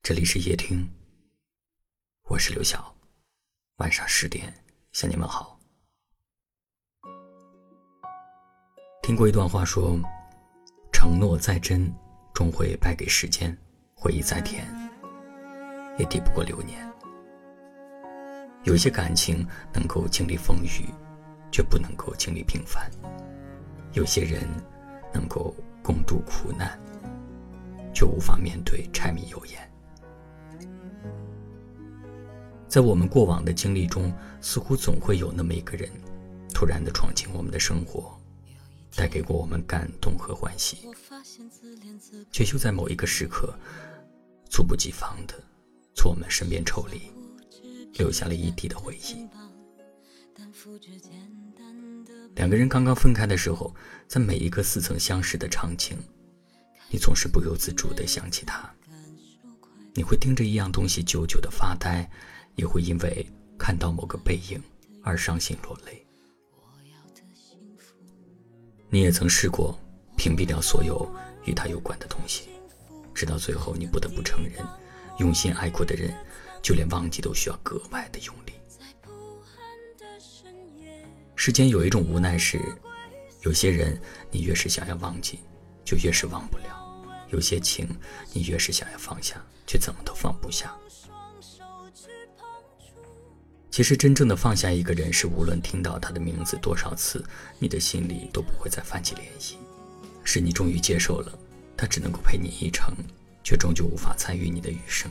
这里是夜听，我是刘晓，晚上10点向你们好。听过一段话说，承诺再真，终会败给时间；回忆再甜，也抵不过流年。有些感情能够经历风雨，却不能够经历平凡；有些人能够共度苦难，却无法面对柴米油盐。在我们过往的经历中，似乎总会有那么一个人突然地闯进我们的生活，带给过我们感动和欢喜，却又在某一个时刻猝不及防地从我们身边抽离，留下了一地的回忆。两个人刚刚分开的时候，在每一个似曾相识的场景，你总是不由自主地想起他。你会盯着一样东西久久地发呆，也会因为看到某个背影而伤心落泪。你也曾试过屏蔽掉所有与他有关的东西，直到最后你不得不承认，用心爱过的人，就连忘记都需要格外的用力。世间有一种无奈是，有些人你越是想要忘记，就越是忘不了；有些情你越是想要放下，却怎么都放不下。其实真正的放下一个人，是无论听到他的名字多少次，你的心里都不会再泛起涟漪，是你终于接受了他只能够陪你一程，却终究无法参与你的余生。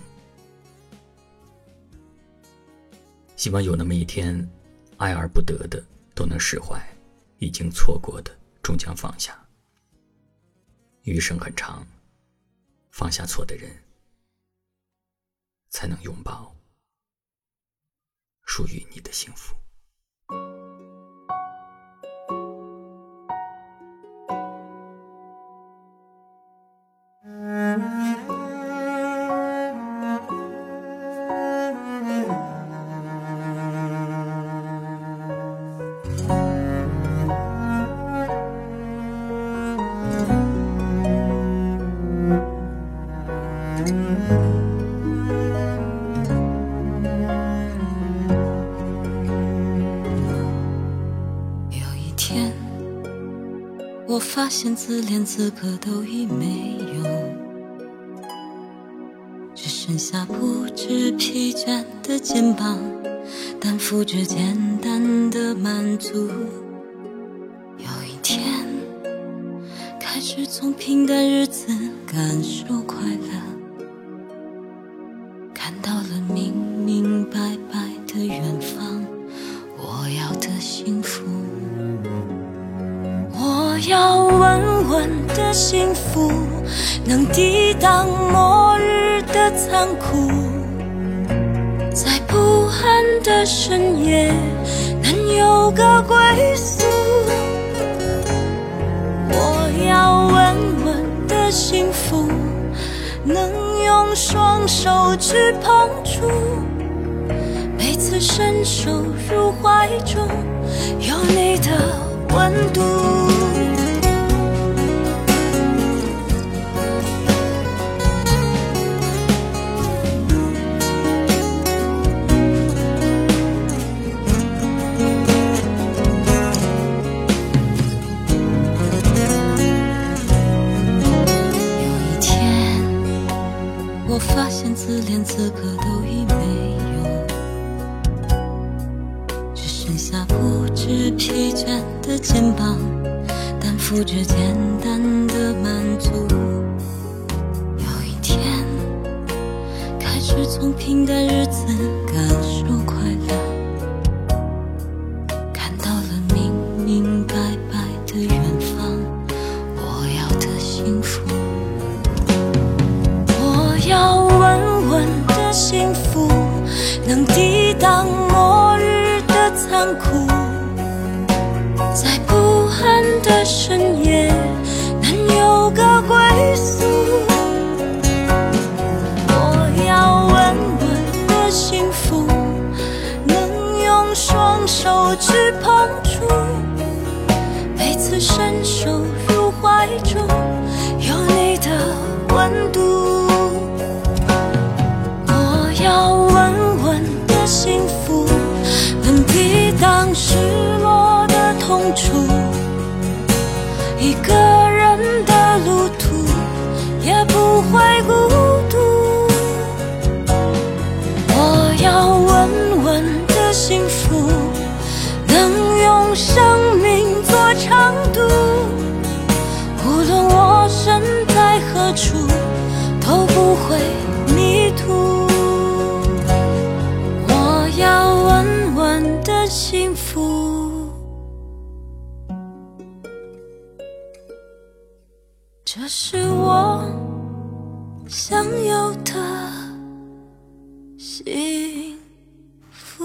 希望有那么一天，爱而不得的都能释怀，已经错过的终将放下。余生很长，放下错的人，才能拥抱属于你的幸福。 我发现自怜资格都已没有，只剩下不知疲倦的肩膀，担负着简单的满足。有一天开始从平淡日子感受快乐，看到了明明白白的远方，我要的幸福。我要稳稳的幸福，能抵挡末日的残酷，在不安的深夜能有个归宿。我要稳稳的幸福，能用双手去碰触，每次伸手入怀中有你的温度。我发现自怜资格都已没有，只剩下不知疲倦的肩膀，担负着简单的满足。有一天开始从平淡日子感受快乐，看到了明明白白的远方，我要的幸福。要稳稳的幸福，能抵挡末日的残酷，在不安的深夜能有个归宿。我要稳稳的幸福，能用双手去碰触，每次伸手入怀中有你的温度。 是我想有的幸福。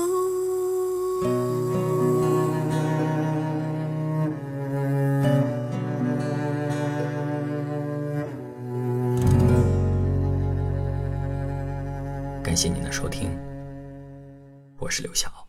感谢您的收听，我是刘晓。